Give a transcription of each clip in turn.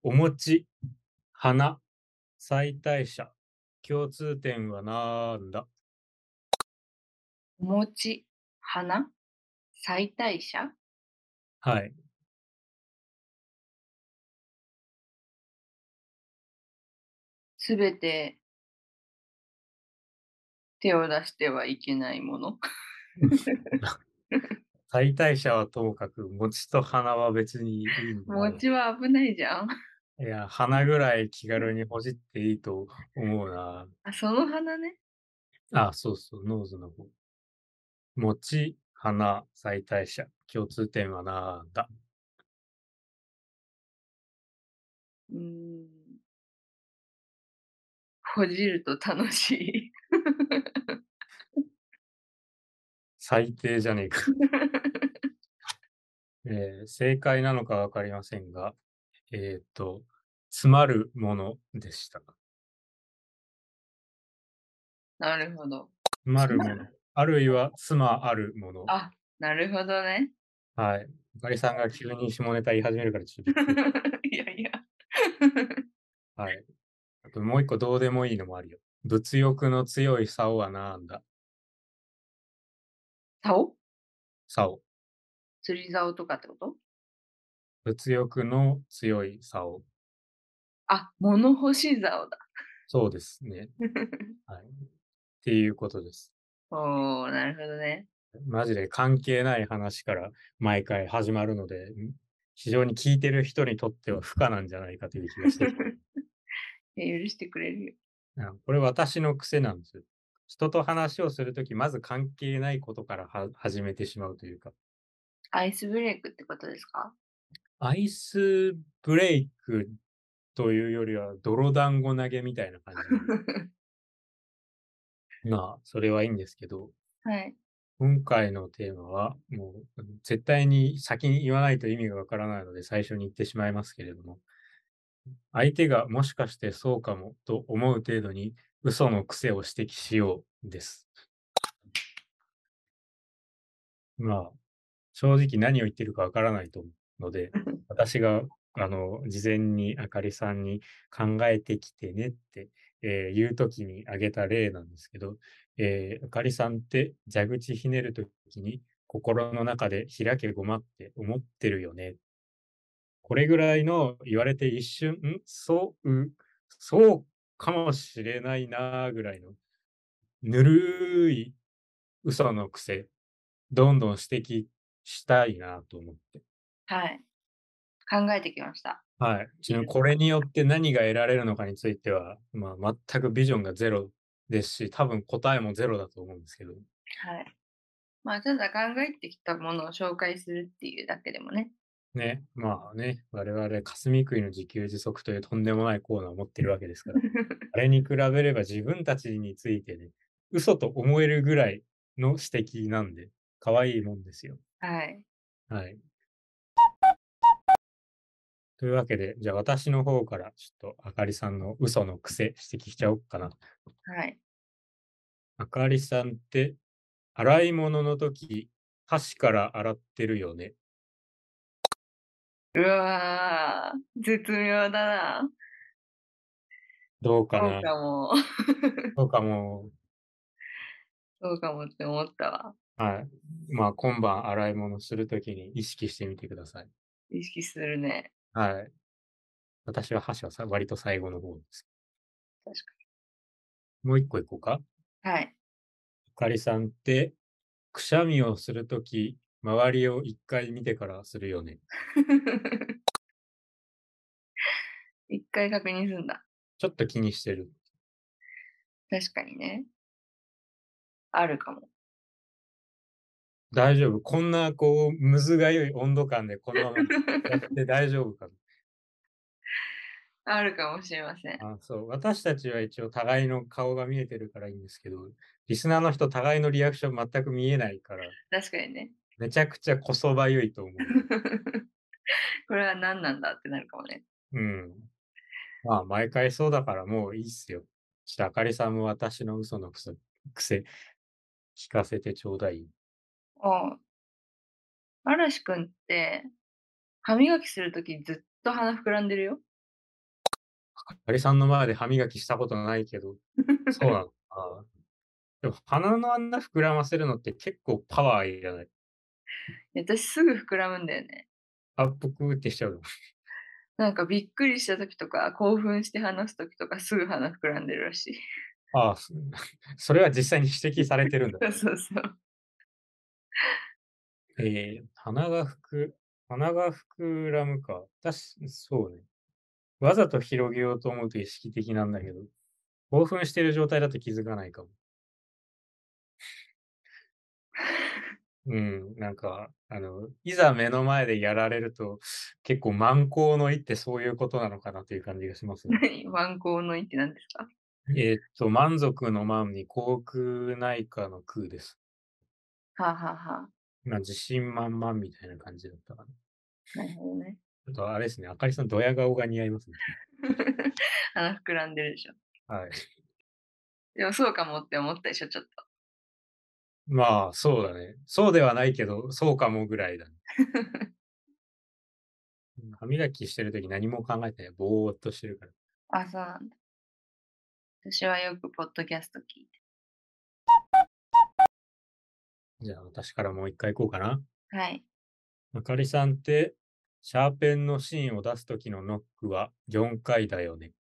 お餅、花、最大者、共通点はなんだ？ お餅、花、最大者、 はい。 すべて手を出してはいけないもの。 最大者はともかく、餅と花は別にいいんじゃない？ 餅は危ないじゃん。 いや、花ぐらい気軽にほじっていいと思うな。 あ、その花ね。 あ、そうそう、ノーズの方。餅、花、最大者、共通点はなんだ？ うーん、ほじると楽しい。 最低じゃねえか。正解なのか分かりませんが、詰まるものでした。 なるほど。 詰まるもの、 つまる？ あるいは妻あるもの。 あ、なるほどね。 はい。ゆかりさんが急に下ネタ言い始めるからちょっとびっくり。 いやいや。 はい。あともう一個どうでもいいのもあるよ。物欲の強い竿はなんだ？ 竿？ 竿。 釣り竿とかってこと？ 物欲の強い竿。 あ、物干し竿だ。 そうですね。はい。っていうことです。 おお、なるほどね。 マジで関係ない話から毎回始まるので、非常に聞いてる人にとっては不可なんじゃないかという気がしてきて。 許してくれるよ。 これ私の癖なんですよ。人と話をするとき、まず関係ないことから始めてしまうというか、 アイスブレイクってことですか？ アイスブレイクというよりは、泥団子投げみたいな感じなんで。まあ、それはいいんですけど、 はい。 今回のテーマは、もう、絶対に先に言わないと意味がわからないので、最初に言ってしまいますけれども、相手がもしかしてそうかもと思う程度に、嘘の癖を指摘しようです。まあ、正直何を言ってるかわからないと思うので、私が、事前にあかりさんに考えてきてねって、言う時に挙げた例なんですけど、あかりさんって蛇口ひねる時に心の中で開けごまって思ってるよね。これぐらいの言われて一瞬、そうかもしれないなぐらいのぬるい嘘の癖、どんどん指摘したいなと思って。 はい。考えてきました。 はい。ちなみにこれによって何が得られるのかについては、まあ、全くビジョンがゼロですし、多分答えもゼロだと思うんですけど。 はい。まあ、ただ考えてきたものを紹介するっていうだけでもね。 ね、まあね、我々霞食いの自給自足というとんでもないコーナーを持ってるわけですから、あれに比べれば自分たちについてね、嘘と思えるぐらいの指摘なんで、可愛いもんですよ。 はい。 はい。というわけで、じゃあ私の方からちょっとあかりさんの嘘の癖指摘しちゃおうかな。 はい。 あかりさんって洗い物の時、箸から洗ってるよね。 うわー、絶妙だな。 どうかそうな。 かも。 どうかも。 そうかもって思ったわ。 はい。まあ今晩洗い物するときに意識してみてください。 意識するね。 はい。私は箸は割と最後の方です。 確かもう一個いこうか。 に。はい。 あかりさんってくしゃみをするとき、周りを一回見てからするよね。 一回確認すんだ。 ちょっと気にしてる。 確かにね。あるかも。 大丈夫。こんなこう、むずがゆい温度感でこのままやって大丈夫かな。 あるかもしれません。 あ、そう。私たちは一応互いの顔が見えてるからいいんですけど、リスナーの人互いのリアクション全く見えないから、 確かにね。 めちゃくちゃこそばゆいと思うよ。 これは何なんだってなるかもね。 うん。まあ、毎回そうだからもういいっすよ。ちょっとあかりさんも私の嘘の癖聞かせてちょうだい。 あ嵐くんって、歯磨きするときずっと鼻膨らんでるよ。 あかりさんの前で歯磨きしたことないけど、そうなのかな。でも鼻の穴膨らませるのって結構パワーいらない。 私すぐ膨らむんだよね。 あ、ぷくってしちゃうの。 なんかびっくりした時とか、興奮して話す時とかすぐ鼻膨らんでるらしい。 ああ、それは実際に指摘されてるんだ。 そうそうそう。 鼻が膨らむか。そうね。わざと広げようと思うと意識的なんだけど、興奮してる状態だと気づかないかも。うん、なんか、いざ目の前でやられると、結構慢行の意ってそういうことなのかなという感じがしますね。 何ワンコの意って何ですか？ 満足の満に口腔内科の腔です。 はあ、はあはあ、 まあ、自信満々みたいな感じだったかな。 なるほどね。 あとあれですね、あかりさんドヤ顔が似合いますね。 鼻膨らんでるでしょ。 はい。 でもそうかもって思ったでしょ、ちょっと。 まあ、そうだね。そうではないけど、そうかもぐらいだね。歯磨きしてるとき何も考えてない。ぼーっとしてるから。 あ、そうなんだ。私はよくポッドキャスト聞いて。 じゃあ、私からもう一回行こうかな。 はい。 あかりさんって、シャーペンの芯を出すときのノックは4回だよね。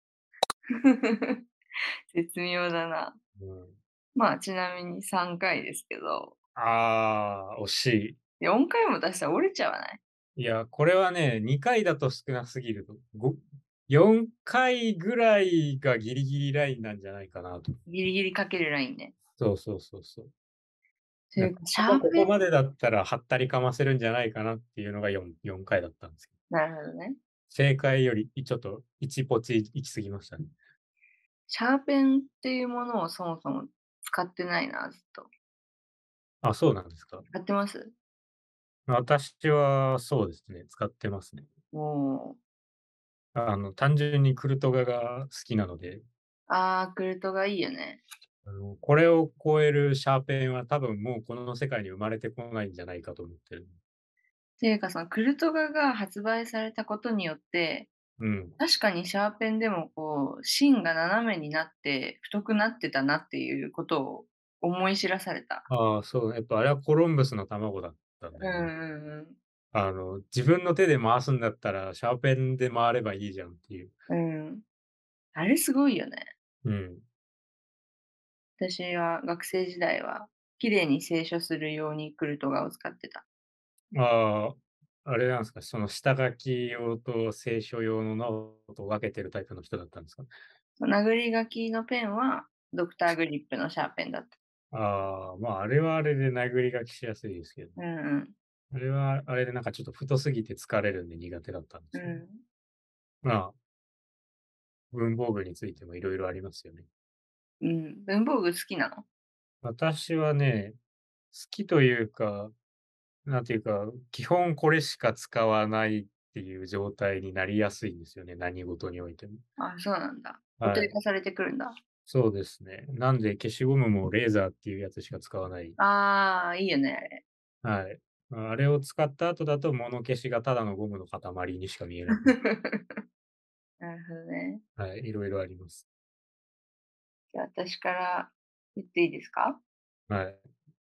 絶妙だな。 うん、 まあ、ちなみに3回ですけど、 あー、惜しい。 4回も出したら折れちゃわない？ いや、これはね、2回だと少なすぎると。4回ぐらいがギリギリラインなんじゃないかなと。 ギリギリかけるラインね。 そうそうそうそう。なんか、 というか、シあとャーペンここまでだったら、はったりかませるんじゃないかなっていうのが4回だったんですけど。 なるほどね。 正解より、ちょっと、1ポチ行き過ぎましたね。 シャーペンっていうものをそもそも使ってないな、ずっと。 あ、そうなんですか。 使ってます？ 私はそうですね、使ってますね。 もう、 単純にクルトガが好きなので、 あー、クルトがいいよね。 これを超えるシャーペンは多分もうこの世界に生まれてこないんじゃないかと思ってる。 ていうか、そのクルトガが発売されたことによって、 うん。 確かにシャーペンでもこう、芯が斜めになって太くなってたなっていうことを思い知らされた。 ああ、そう、あれはコロンブスの卵だったんだうんよね。 うんうん。 自分の手で回すんだったら、シャーペンで回ればいいじゃんっていう。 うん。あれすごいよね。 うん。 私は学生時代は綺麗に清書するようにクルトガを使ってた。 ああ、あれなんですか、その下書き用と清書用のノートを分けてるタイプの人だったんですか？ 殴り書きのペンはドクターグリップのシャーペンだった。 ああ、まあ、あれはあれで殴り書きしやすいですけど。 うんうん。 あれはあれでなんかちょっと太すぎて疲れるんで苦手だったんですけど。 うん。 まあ、文房具についてもいろいろありますよね。 うん。文房具好きなの？ 私はね、好きというか、なんていうか、基本これしか使わないっていう状態になりやすいんですよね、何事においても。 あ、そうなんだ。固はい。 定化されてくるんだ。 そうですね。なんで消しゴムもレーザーっていうやつしか使わない。 ああ、いいよね、あれ。 はい。あれを使った後だと物消しがただのゴムの塊にしか見えなくなる。 なるほどね。 はい、いろいろあります。 じゃあ私から言っていいですか？ はい。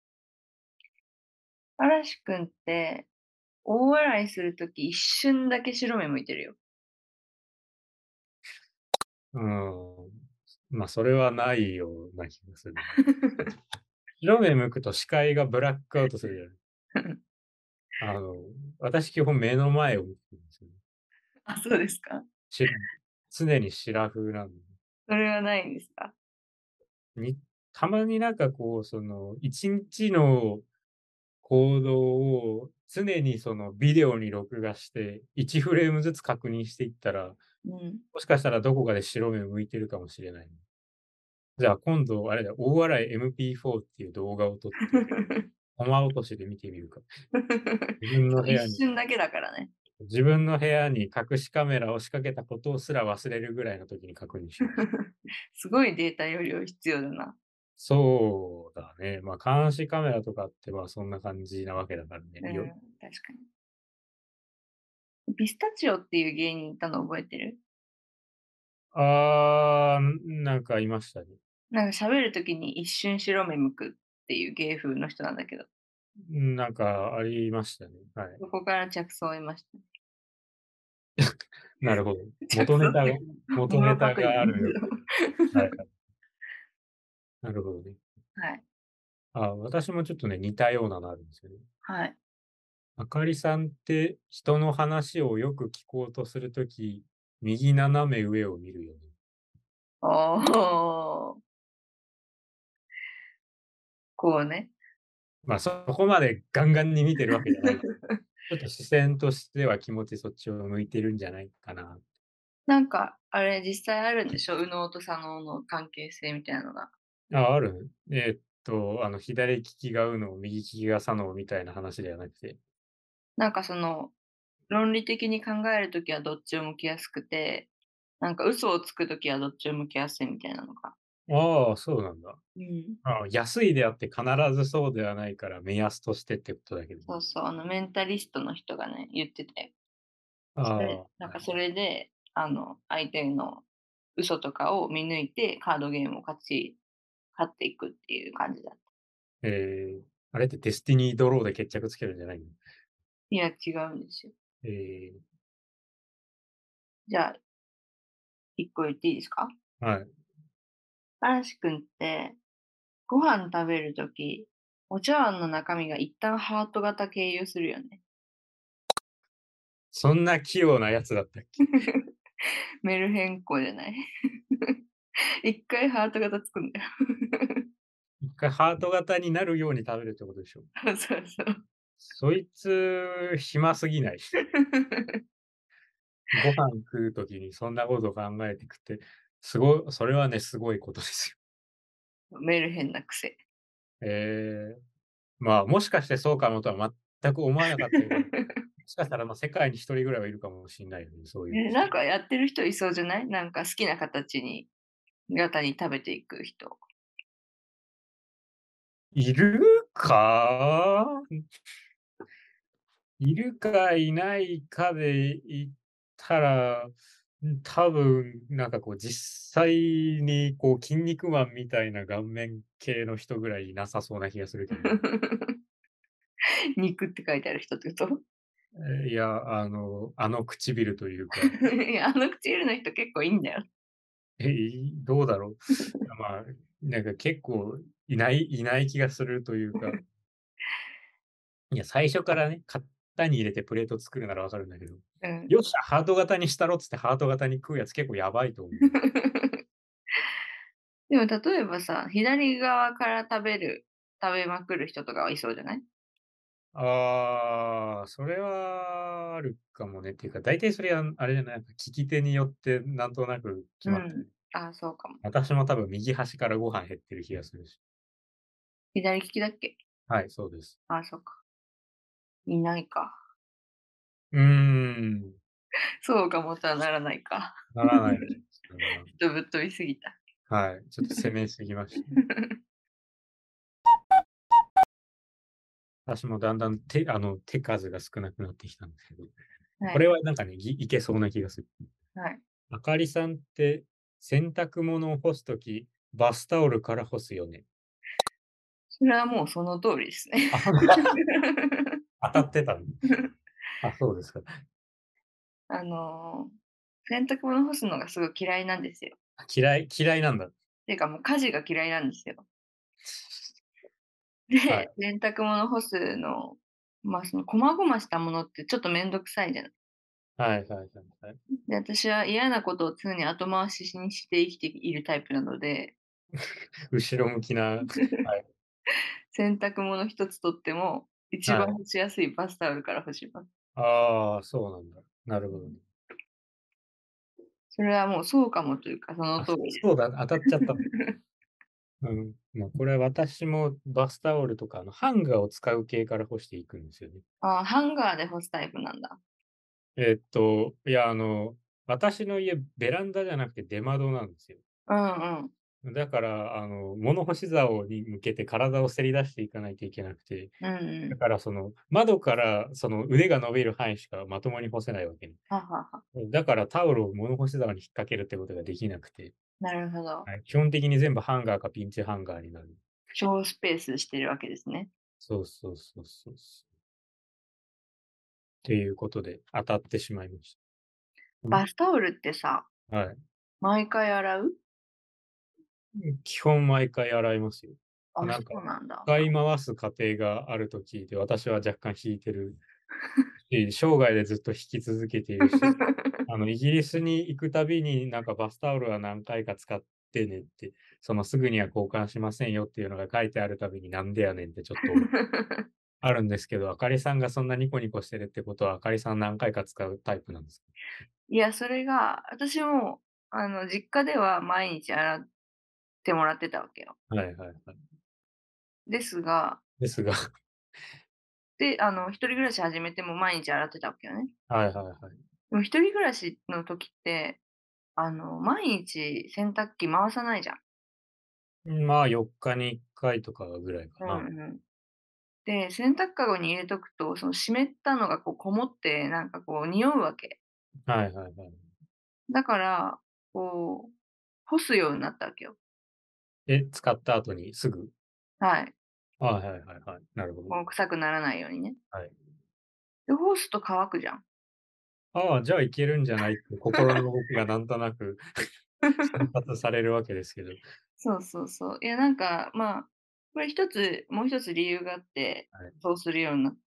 嵐くんって大笑いするとき一瞬だけ白目向いてるよ。 うん。まあ、それはないような気がする。白目向くと視界がブラックアウトするじゃない。あの、私基本目の前を見てるんですよね。 あ、そうですか？ し常にシラフなんで。 それはないんですか？ にたまになんかこう、1日の行動を常にそのビデオに録画して、1フレームずつ確認していったら、 うん。 もしかしたらどこかで白目向いてるかもしれない。じゃあ今度あれだ、大笑い MP4 っていう動画を撮って、コマ落としで見てみるか。自分のそう、一部屋に瞬だけだからね。 自分の部屋に隠しカメラを仕掛けたことすら忘れるぐらいの時に確認します。 すごいデータ容量必要だな。 そうだね。まあ、監視カメラとかって、まあ、そんな感じなわけだからね。 うん、確かに。ピスタチオっていう芸人いたの覚えてる？ ああ、なんかいましたね。 なんか喋る時に一瞬白目向くっていう芸風の人なんだけど、 なんかありましたね。はい。 そこから着想を得ました。 なるほど。 着想っていうか、 元ネタもろパクリがあるよ。 なんだけど。 はいはい。なるほどね。 はい、 私もちょっとね、似たようなのあるんですよね。 はい。 あかりさんって人の話をよく聞こうとするとき、右斜め上を見るよね。 おお、こうね。 そこまでガンガンに見てるわけじゃない。ちょっと視線としては気持ちそっちを向いてるんじゃないかな。 なんか、あれ実際あるんでしょ？右脳と左脳の関係性みたいなのが。 ある？左利きが右脳、右利きが左脳みたいな話ではなくて。 なんかその、論理的に考えるときはどっちを向きやすくて、なんか嘘をつくときはどっちを向きやすいみたいなのが。 ああ、そうなんだ。 うん。 安いであって必ずそうではないから目安としてってことだけどね。 そうそう、メンタリストの人がね、言ってたよ。 あそれあ、 なんかそれで、相手の嘘とかを見抜いて、カードゲームを勝っていくっていう感じだった。 えあれってデスティニードローで決着つけるんじゃないの？ いや、違うんですよ。 えじゃあ、1個言っていいですか？ はい。 嵐くんって、ご飯食べるときお茶碗の中身が一旦ハート型経由するよね。 そんな器用なやつだったっけ？ メルヘンコじゃない？一回ハート型つくんだよ。 一回ハート型になるように食べるってことでしょ？ そうそうそう。 そいつ暇すぎない？ご飯食う時にそんなこと考えて食って、それはね、すごいことですよ。 メルヘンな癖。 えもしかしてそうかもとは全く思わなかったけど、もしかしたら、世界に一人ぐらいはいるかもしんないよね、そういう人。 なんかやってる人いそうじゃない？なんか好きな型に食べていく人。 いるか？いるかいないかで言ったら、多分なんかこう実際にこう筋肉マンみたいな顔面系の人ぐらいいなさそうな気がするけどね。 肉って書いてある人ってこと？ いや、あの唇というか、 いや、あの唇の人結構いいんだよ。 どうだろう。なんか結構いない気がするというか、いや、最初からね、型に入れてプレート作るならわかるんだけど、 うん。 よっしゃ、ハート型にしたろっつってハート型に食うやつ結構やばいと思う。 でも例えばさ、左側から食べまくる人とかはいそうじゃない？ それはあるかもね。っていうか、大体それはあれじゃない、利き手によってなんとなく決まってる。 うん。あ、そうかも。 私も多分右端からご飯減ってる気がするし。 左利きだっけ？ はい、そうです。 あ、そうか。いないか。 うーん、 そうかもとはならないか。 ならない気がするな。 人ぶっ飛びすぎた。 はい、ちょっと攻めすぎました。私もだんだん手数が少なくなってきたんですけど、こはい、 れはなんかね、いけそうな気がする。 はい。 あかりさんって洗濯物を干すとき、バスタオルから干すよね。 それはもうその通りですね。 あ、当たってたの？そうですか。 あの、洗濯物干すのがすごい嫌いなんですよ。 嫌いなんだ。 ていうかもう家事が嫌いなんですよ。で、 はい。 洗濯物干すの、その細々したものってちょっとめんどくさいじゃない。 はいはいはいはい。 で、私は嫌なことを常に後回しにして生きているタイプなので、 後ろ向きな、はい、 洗濯物一つとっても、一番はい。 干しやすいバスタオルから干します。 ああ、そうなんだ。なるほどね。 うん。それはもうそうかもというか、そのあ、 通りです。 そうだ、当たっちゃった。うん。これ私もバスタオルとか、ハンガーを使う系から干していくんですよね。 ああ、ハンガーで干すタイプなんだ。 いや、私の家、ベランダじゃなくて出窓なんですよ。 うんうん。 だから、物干し竿に向けて体をせり出していかないといけなくて、 うんうん。 だからその、窓からその腕が伸びる範囲しかまともに干せないわけね。 ははは。 だからタオルを物干し竿に引っ掛けるってことができなくて、 なるほど。 はい、基本的に全部ハンガーかピンチハンガーになる。 省スペースしてるわけですね。 そうそうそうそうそう。っていうことで当たってしまいました。 バスタオルってさ、 はい。 毎回洗う？ 基本毎回洗いますよ。 あ、そなんか、 うなんだ。 使い回す過程があると聞いて、私は若干引いてるし、生涯でずっと引き続けているし、イギリスに行くたびに、なんかバスタオルは何回か使ってねって、そのすぐには交換しませんよっていうのが書いてあるたびに、なんでやねんってちょっとあるんですけど、あかりさんがそんなニコニコしてるってことは、あかりさん何回か使うタイプなんですか？ いや、それが、私も、実家では毎日洗ってもらってたわけよ。 はいはいはい。 ですが、 ですが、 で、一人暮らし始めても毎日洗ってたわけよね。 はいはいはい。 でも一人暮らしの時って、毎日洗濯機回さないじゃん。 まあ、4日に1回とかぐらいかうんな。 うん。で、洗濯かごに入れとくと、その湿ったのがこうこもって、なんかこう匂うわけ。 はいはいはい。 だから、こう、干すようになったわけよ。 使った後にすぐ。 はい。 はいはいはいはい。なるほど。 こう臭くならないようにね。 はい。 で、干すと乾くじゃん。 ああ、じゃあいけるんじゃないって心の動きがなんとなく瞬発されるわけですけど。 そうそうそう。いや、なんか、まあ、これ一つ、もう一つ理由があって、 はい。 そうするようになった。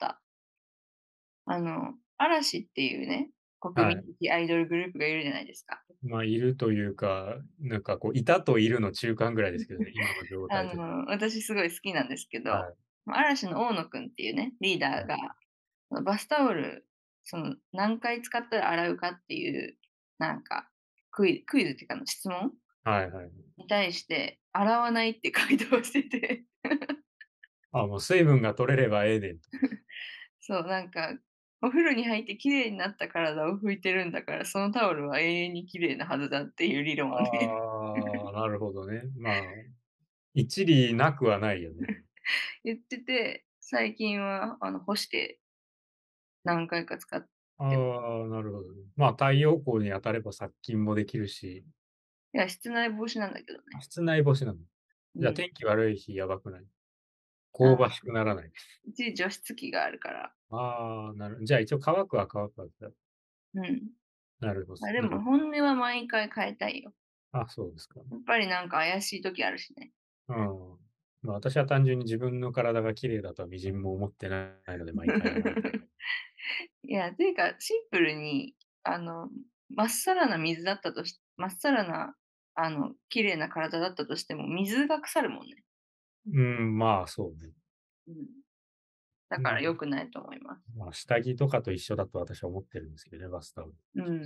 嵐っていうね、国はい。 民的アイドルグループがいるじゃないですか。 まあ、いるというか、なんかこう、いたといるの中間ぐらいですけどね、今の状態として。 私すごい好きなんですけど、 はい。 嵐の大野くんっていうね、リーダはい。 ーが、バスタオル、何回使ったら洗うかっていう、なんか、クイズっていうか、質問はいはい。 に対して、洗わないって回答してて、 あ、もう水分が取れればええねんと。 そう、なんか、お風呂に入って綺麗になった体を拭いてるんだから、そのタオルは永遠に綺麗なはずだっていう理論をね、 ああ、なるほどね。まあ、一理なくはないよね。 言ってて、最近は干して何回か使ってます。 ああ、なるほどね。まあ、太陽光に当たれば殺菌もできるし、 いや、室内防止なんだけどね。 室内干しなの。じゃあうん。 天気悪い日やばくない？香あ、 ばしくならない？ うち除湿機があるから。 ああ、じゃあ一応乾くは乾くわけだ。 うん。 なるほど。 ま、でも本音は毎回変えたいよ。 あ、そうですか。 やっぱりなんか怪しい時あるしね。 うん。まあ、私は単純に自分の体が綺麗だとは微塵も思ってないので、毎回洗います。 いや、ていうか、シンプルに、まっさらな水だったとしまっさらな、綺麗な体だったとしても、水が腐るもんね。 うん、まあ、そうね。 うん。だからうん、 良くないと思います。 まあ、下着とかと一緒だと私は思ってるんですけどね、バスタオル。 うんうんうん。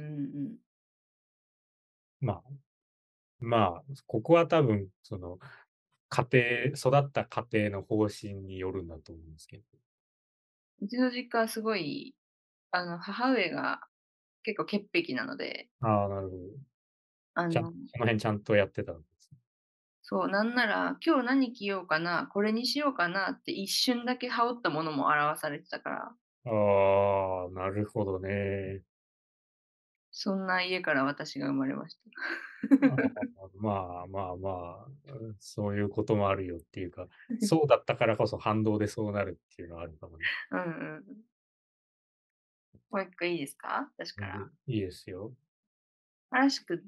まあ、まあ、ここは多分、育った家庭の方針によるんだと思うんですけど。 うちの実家はすごい、母上が結構潔癖なので、 ああ、なるほど。そあのの辺ちゃんとやってたんですね。 そう、なんなら、今日何着ようかな、これにしようかなって一瞬だけ羽織ったものも表されてたから、 ああ、なるほどね。 そんな家から私が生まれました。 ああ、まあまあまあ、そういうこともあるよっていうか、そうだったからこそ反動でそうなるっていうのはあるかもね。 うんうん。もう一個いいですか？私から。 いいですよ。 らしくって、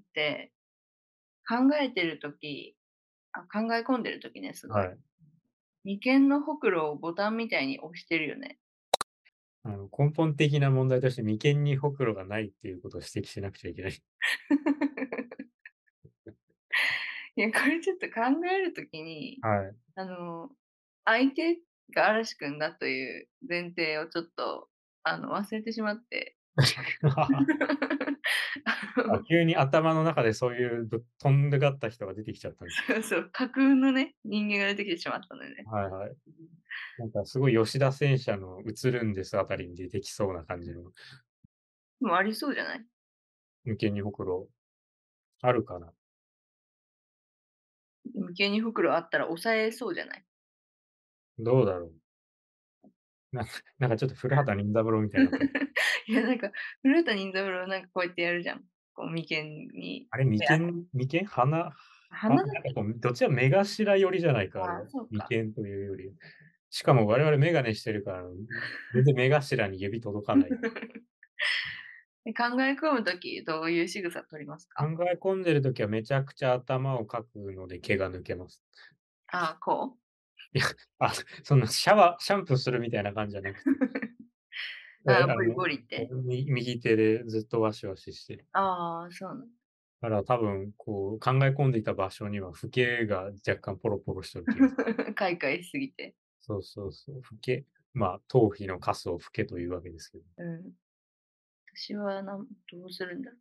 考えてる時考え込んでる時ね、すごい。 はい。 眉間のほくろをボタンみたいに押してるよね。 根本的な問題として眉間にほくろがないっていうことを指摘しなくちゃいけない。 いや、これちょっと考える時に、 はい。 あの、相手が嵐くんだという前提をちょっと、忘れてしまって。あの急に頭の中でそういうとんでがった人が出てきちゃったんです。 そうそう、架空のね、人間が出てきてしまったのよね。 はいはい。なんかすごい吉田戦車の映るんですあたりに出てきそうな感じのでもありそうじゃない？ 眉間にほくろあるかな。 眉間に袋あったら抑えそうじゃない？ どうだろう。なんかなんかちょっと古畑任三郎みたいになってる。 いや、なんか、古田任三郎なんかこうやってやるじゃん。こう眉間にあれ、 手あ眉間？なんか鼻だっけ？ こう、どっちも目頭寄りじゃないか、あれああ、 は。 そうか。 眉間というより。しかも我々眼鏡してるから、全然目頭に指届かない。 で、考え込む時どういう仕草取ります考か？ え込んでる時はめちゃくちゃ頭をかくので毛が抜けます。 ああ、こう？ いや、あ、そんなシャンプーするみたいな感じじゃなくて、 ああ、ボリあの、 ボリって？ 右手でずっとワシワシしてる。 ああ、そうなんだから多分こう考え込んでいた場所にはフケが若干ポロポロしてる気がする。 快しすぎて。 そうそうそう、まあ、頭皮のカスをフケというわけですけど。 うん。私はどうするんだろう。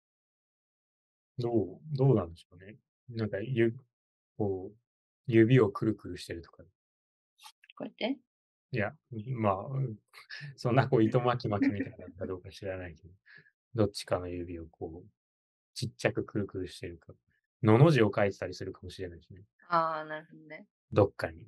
どうなんでしょうね。なんか、こう、指をくるくるしてるとか。 こうやって？ いや、まあ、そんなこう糸巻き巻きみたいなのかどうか知らないけど、どっちかの指をこう、ちっちゃくくるくるしてるか。のの字を書いてたりするかもしれないしね。 ああ、なるほどね。 どっかに。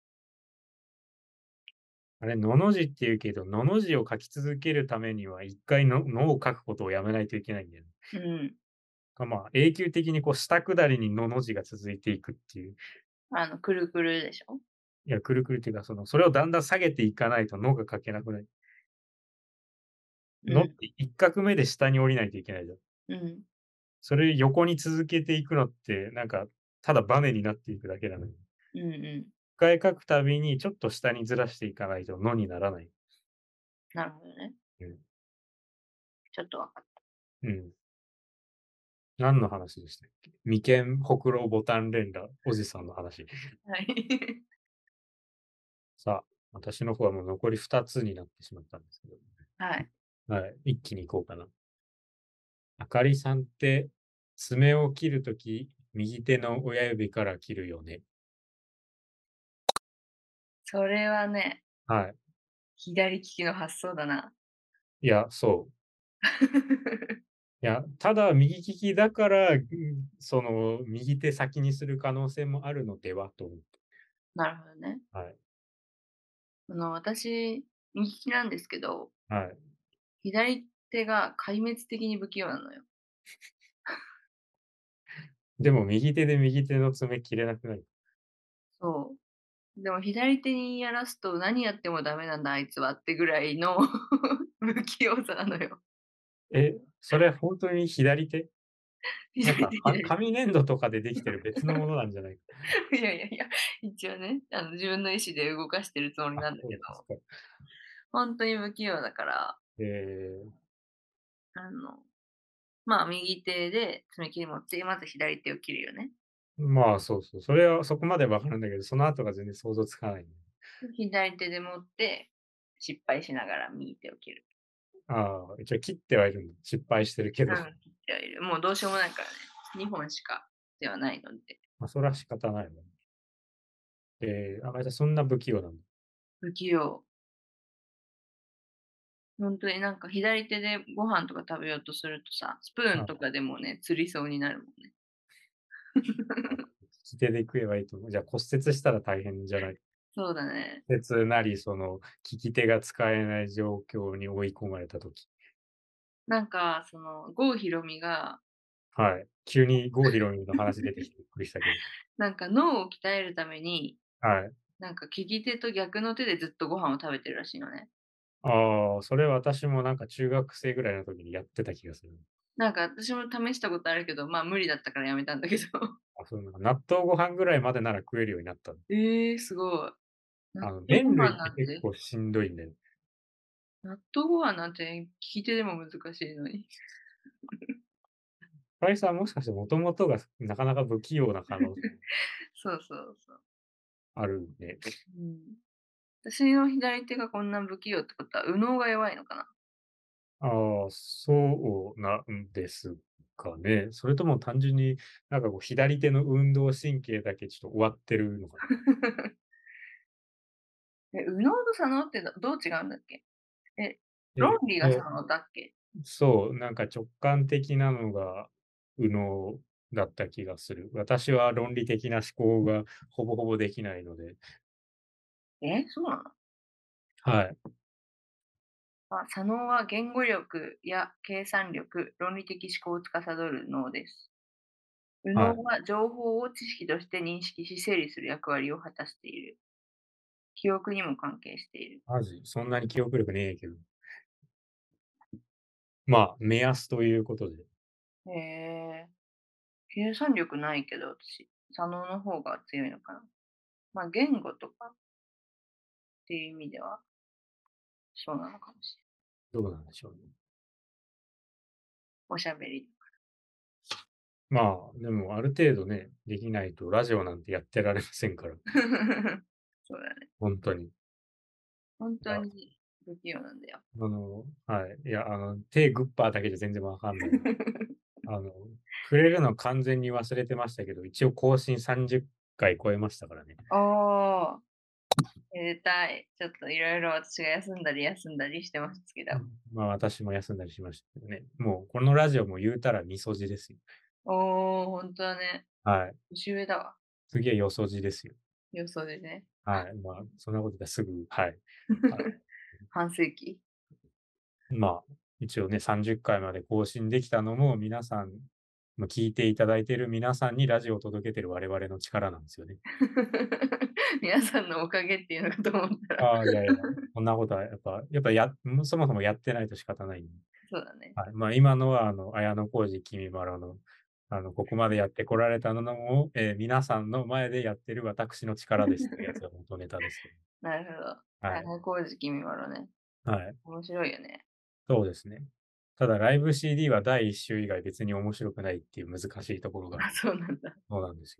あれ、のの字って言うけど、のの字を書き続けるためには、一回のを書くことをやめないといけないんだよね。 うん。 まあ、永久的にこう下下りにのの字が続いていくっていう。 くるくるでしょ？ いや、くるくるっていうか、それをだんだん下げていかないとのが書けなくなる。のっうん、 て一画目で下に降りないといけないじゃん。 うん、 それ横に続けていくのって、なんか、ただバネになっていくだけなのに。 うんうん。 一回書くたびにちょっと下にずらしていかないとのにならない。 なるほどね。 うん。 ちょっとわかっうん。何の話でしたっけ？眉間、ほくろ、ボタン連打、おじさんの話。 た。はい。 さあ、私の方はもう残り2つになってしまったんですけど。 はい。 はい、一気に行こうかな。あかりさんって、爪を切るとき、右手の親指から切るよね。 それはね、 はい。 左利きの発想だな。 いや、そう。いや、ただ右利きだから、右手先にする可能性もあるのではと思って。 なるほどね。 はい。 私、右利きなんですけど、 はい。 左手が壊滅的に不器用なのよ。 でも右手で右手の爪切れなくない？ そう。でも左手にやらすと何やってもダメなんだあいつはってぐらいの不器用さなのよ。 それ本当に左手？なんか、 左手左手。 紙粘土とかでできてる別のものなんじゃないか。 いやいやいや、一応ね、自分の意思で動かしてるつもりあ、 なんだけど、 そうですか。 ほんとに不器用だから、 えあの、まあ、右手で爪切り持って、まず左手を切るよね。 まあ、そうそう。それはそこまでわかるんだけど、その後が全然想像つかないね。 左手で持って、失敗しながら右手を切る。 ああ、一応切ってはいるんだ。失敗してるけど。 うん、切ってはいる。もうどうしようもないからね。2本しかではないので、 ま、それは仕方ないわね。じゃ、そんな不器用なんだ。 不器用。ほんとになんか左手でご飯とか食べようとするとさ、スプーンとあかでもね、つりそうになるもんね。 あ、利き手で食えばいいと思う。じゃあ骨折したら大変じゃない？ そうだね。 骨折なり、利き手が使えない状況に追い込まれた時。 なんか郷ひろみが、 はい。急に郷ひろみの話出てきてびっくりしたけど。 なんか脳を鍛えるために、 はい。 なんか利き手と逆の手でずっとご飯を食べてるらしいのね。 ああ、それ私もなんか中学生ぐらいの時にやってた気がする。 なんか私も試したことあるけど、まあ、無理だったからやめたんだけど。 あ、そうなんだ。納豆ご飯ぐらいまでなら食えるようになったの。 ええ、すごい。納豆ご麺類って飯なんて結構しんどいんだよ。 納豆ご飯なんて利き手でも難しいのに。 深井さんもしかしてもともとがなかなか不器用な可能性そうそうそう。 あるんで。 うん。私の左手がこんな不器用ってことは、右脳が弱いのかな？ ああ、そうなんですかね。それとも単純になんかこう左手の運動神経だけちょっと終わってるのかな。 右脳と左脳ってどう違うんだっけ？え、論えっと、 理が左脳だっけ？ そう、なんか直感的なのが右脳だった気がする。私は論理的な思考がほぼほぼできないので、 そうなの？ はい、 左脳は言語力や計算力、論理的思考を司る脳です。右はい。 脳は情報を知識として認識し整理する役割を果たしている。記憶にも関係している。 マジ、そんなに記憶力ねえけど。まあ、目安ということで、 へえ。計算力ないけど、私、左脳の方が強いのかな。言語とかっていう意味では、そうなのかもしれない。 どうなんでしょうね。 おしゃべり。 まあ、でもある程度ね、できないとラジオなんてやってられませんから、 そうだね。 本当に。い本当や、 に不器用なんだよ。 はい。いや、手グッパーだけじゃ全然わかんない。あの、触れるの完全に忘れてましたけど、一応更新30回超えましたからね。 おー、めでたい。ちょっといろいろ私が休んだり休んだりしてますけど。 まあ、私も休んだりしましたけどね。もうこのラジオも言うたらみそじですよ。 おー、本当だね。 はい。 年上だわ。 次はよそじですよ。 予想でね。 はい。まあ、そんなことですぐ、はい。あ半世紀。 まあ、一応ね、30回まで更新できたのも、皆さん、聞いていただいている皆さんにラジオを届けてる我々の力なんですよね。 皆さんのおかげっていうのかと思ったら、 ああ、いやいや、そんなことはそもそもやってないと仕方ないんで。 そうだね。 はい。まあ、今のは、綾小路きみまろの、ここまでやってこられたのも、皆さんの前でやってる私の力ですってやつが元ネタですけど。 なるほど。 はい。 小路きみまろね。 はい。 面白いよね。 そうですね。ただ、ライブ CD は第1週以外別に面白くないっていう難しいところがある。 あ、そうなんだ。 そうなんですよ。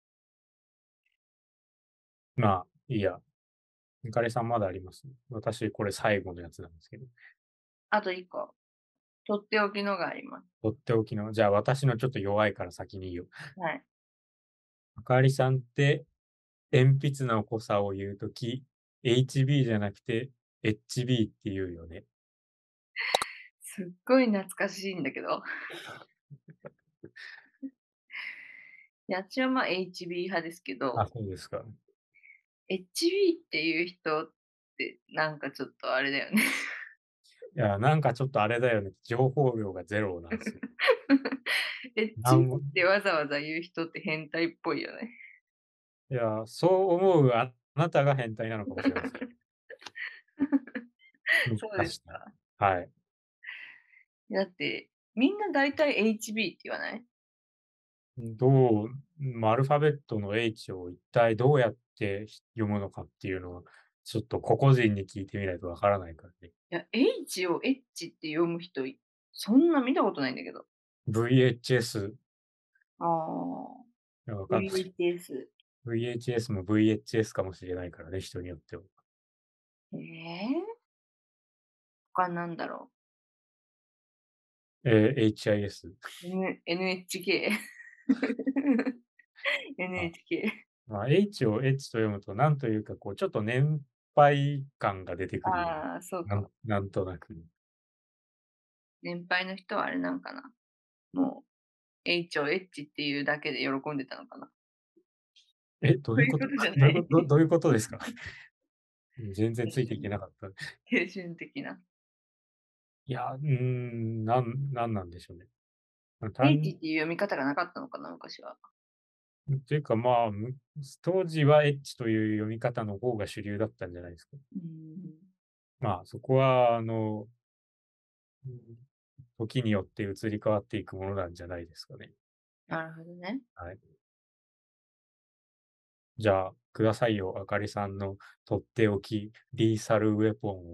まあ、いいや。ゆかりさんまだあります？私、これ最後のやつなんですけど。 あと1個、とっておきのがあります。 とっておきの、じゃあ私のちょっと弱いから先に言うよ。 はい。 あかりさんって鉛筆の濃さを言うとき、HB じゃなくて HB って言うよね。 すっごい懐かしいんだけど。やちはHB 派ですけあ、 ど、 そうですか。 HB っていう人ってなんかちょっとあれだよね。 いや、なんかちょっとあれだよね。情報量がゼロなんですよ。なんも HB ってわざわざ言う人って変態っぽいよね。 いや、そう思うあなたが変態なのかもしれません。もしそうかしたら。 ですか。 はい。 だって、みんな大体 HB って言わない？ どう、アルファベットの H を一体どうやって読むのかっていうのは、ちょっと個々人に聞いてみないとわからないからね。 いや、H をエッチって読む人そんな見たことないんだけど。 VHS、 ああ、 いや、わかんない。 VHS。 VHS も VHS かもしれないからね、人によっては。 他なんだろ HIS。 う。NHK。 あ、 NHK。 まあ、H を H と読むと、なんというか、こう、ちょっと年配感が出てくるよね。 ああ、そうかも。 なんとなく。 年配の人はあれなんかな。もう H をエッチっていうだけで喜んでたのかな。 どうそういういうこと？ ことじゃどない。 ういうことどういうことですか？全然ついていけなかった。 青春的な。 いや、なんなんでしょうね。 H っていう読み方がなかったのかな、昔は。 というか、まあ、当時はエッチという読み方の方が主流だったんじゃないですか。 うーん、 まあ、そこは、うん時によって移り変わっていくものなんじゃないですかね。 なるほどね。 はい。じゃあ、くださいよ、あかりさんのとっておき、リーサルウェポンを。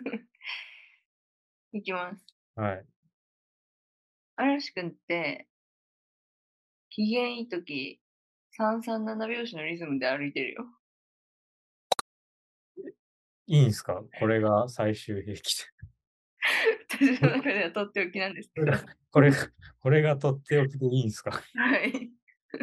いきます。 はい。 嵐くんって、機嫌いいとき、337拍子のリズムで歩いてるよ。 いいんすか？これが最終兵器で。 私の中ではとっておきなんですけど。 これが、これが、これがとっておきでいいんすか？ はい。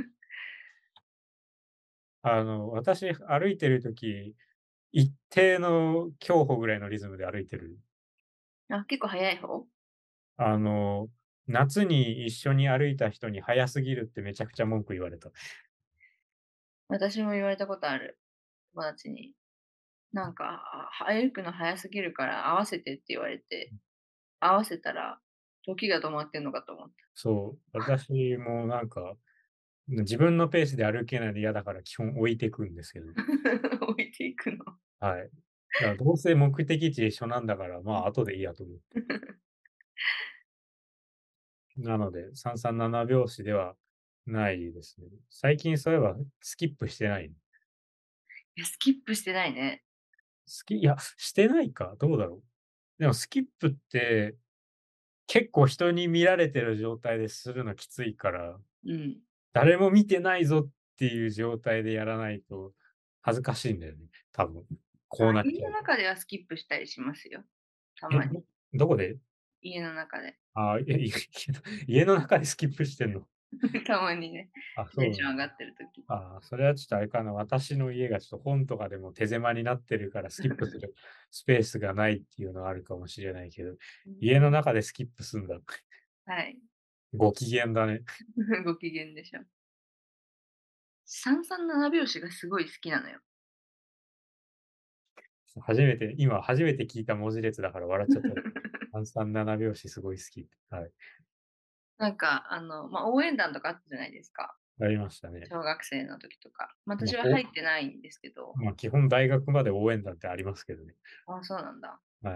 私、歩いてるとき、一定の競歩ぐらいのリズムで歩いてる。 あ、結構早い方？ あの、 夏に一緒に歩いた人に早すぎるってめちゃくちゃ文句言われた。 私も言われたことある、友達に。なんか、歩くの早すぎるから合わせてって言われて、合わせたら、時が止まってんのかと思った。 そう、私もなんか、自分のペースで歩けないの嫌だから基本置いてくんですけど、 置いていくの。 はい。だからどうせ目的地一緒なんだから、まあ後でいいやと思って。なので、337拍子ではないですね。最近そういえばスキップしてない。 いや、スキップしてないね。 いや、してないか、どうだろう。でもスキップって結構人に見られてる状態でするのきついから、 うん。 誰も見てないぞっていう状態でやらないと恥ずかしいんだよね、多分。こうなっ家のちゃうと。 中ではスキップしたりしますよ。たえ、 まに。 どこで？ 家の中で。 ああ、家の中でスキップしてんの？ たまにね、 あ、 テそうなんだ。 ンション上がってる時。 ああ、それはちょっとあれかな、私の家がちょっと本とかでも手狭になってるから、スキップするスペースがないっていうのはあるかもしれないけど、 うん、 家の中でスキップすんだ。 はい。 ご機嫌だね。 ご機嫌でしょ。337拍子がすごい好きなのよ。 今初めて聞いた文字列だから笑っちゃった。337拍子すごい好き。はい。 なんか、応援団とかあったじゃないですか。 ありましたね。 小学生の時とか。まあ、 まあ、 私は入ってないんですけど。 基本大学まで応援団ってありますけどね。 あ、そうなんだ。 はい。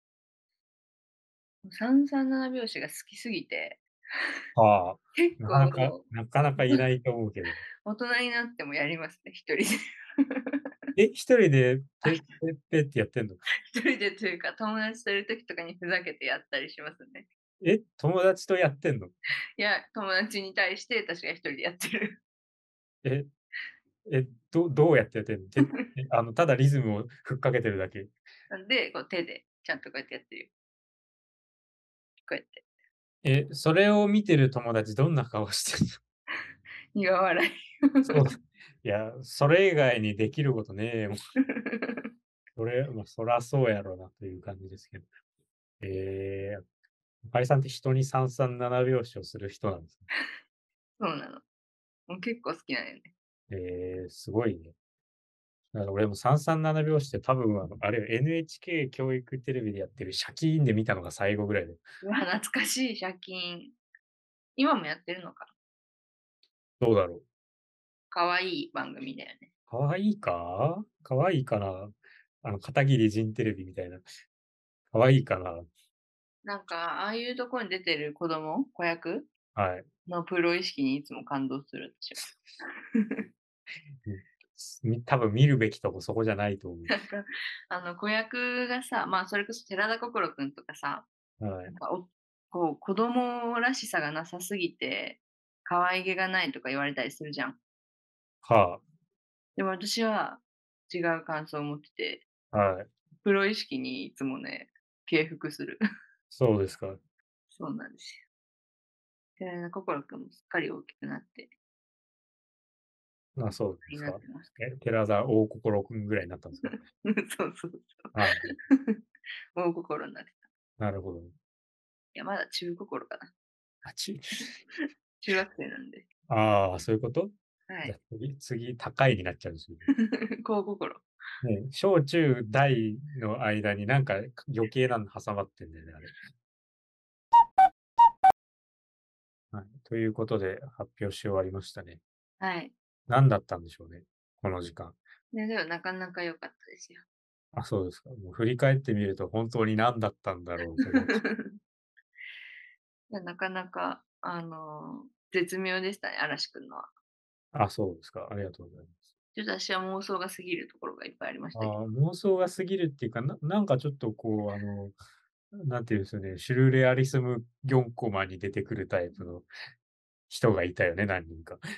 337拍子が好きすぎて、 ああ、 結構なかなかいないと思うけど。 大人になってもやりますね、一人で。 え、一人であ、 ペってやってんの？ 一人でというか、友達といる時とかにふざけてやったりしますね。 え、友達とやってんの？ いや、友達に対して私が一人でやってる。 え、どうやってやってんの？ただリズムをふっかけてるだけ？ なんで、こう手でちゃんとこうやってやってるよ。こうやって。 え、それを見てる友達どんな顔してんの？ 苦笑い。 そう、いや、それ以外にできることねえもん。そらそうやろなという感じですけど。ええ、あかりさんって人に337拍子をする人なんですね。 そうなの。もう結構好きなんよね。 ええ、すごいね。だから俺も337拍子って多分あれよ、NHK 教育テレビでやってるシャキーンで見たのが最後ぐらいで。 うわ、懐かしい借金。今もやってるのか。 どうだろう。 可愛い番組だよね。 可愛いか？可愛いかな？片桐仁テレビみたいな。可愛いかな？ なんか、ああいうとこに出てる子役はい。 のプロ意識にいつも感動する、私は。 多分見るべきとこそこじゃないと思う。 なんか、子役がさ、まあ、それこそ寺田心くんとかさ、 はい。 なんか、こう、子供らしさがなさすぎて、可愛げがないとか言われたりするじゃん。 はでも私は違う感想を持ってて、 あ、はい。 プロ意識にいつもね、敬服する。 そうですか。 そうなんですよ。寺田心くんもすっかり大きくなって、 あ、そうでになっすか。 てますけ寺田大心くんぐらいになったんですか？ ど。そうそうそう。 はい。 大心になってた。いなるほど。 や、まだ中心かな。 あ、 中学生なんで。 ああ、そういうこと？じゃ、 はい。 次、高いになっちゃうんですよね。 高心。 ね、小中大の間になんか余計なの挟まってんだよね、あれ。はい。ということで発表し終わりましたね。 はい。 何だったんでしょうね、この時間。 ね、でもなかなか良かったですよ。 あ、そうですか。もう振り返ってみると本当に何だったんだろうって感じ。 なかなか、絶妙でしたね、嵐くんのは。 あ、そうですか。ありがとうございます。 ちょっと私は妄想が過ぎるところがいっぱいありましたけど。 ああ、妄想が過ぎるっていうか、なんかちょっとこう、なんていうんですよね、シュルレアリスム4コマに出てくるタイプの人がいたよね、何人か。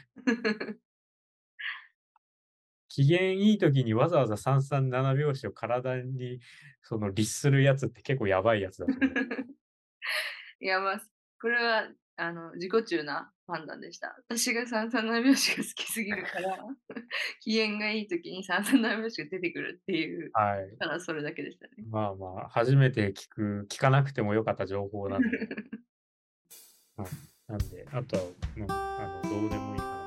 機嫌いい時にわざわざ337拍子を体に律するやつって結構やばいやつだと思う。 いや、まあ、これは、自己中な判断でした。私が337拍子が好きすぎるから、機嫌がいい時に337拍子が出てくるっていう、 はい。 ただそれだけでしたね。 まあまあ、初めて聞かなくてもよかった情報なんではい。なんで、あとは、どうでもいい話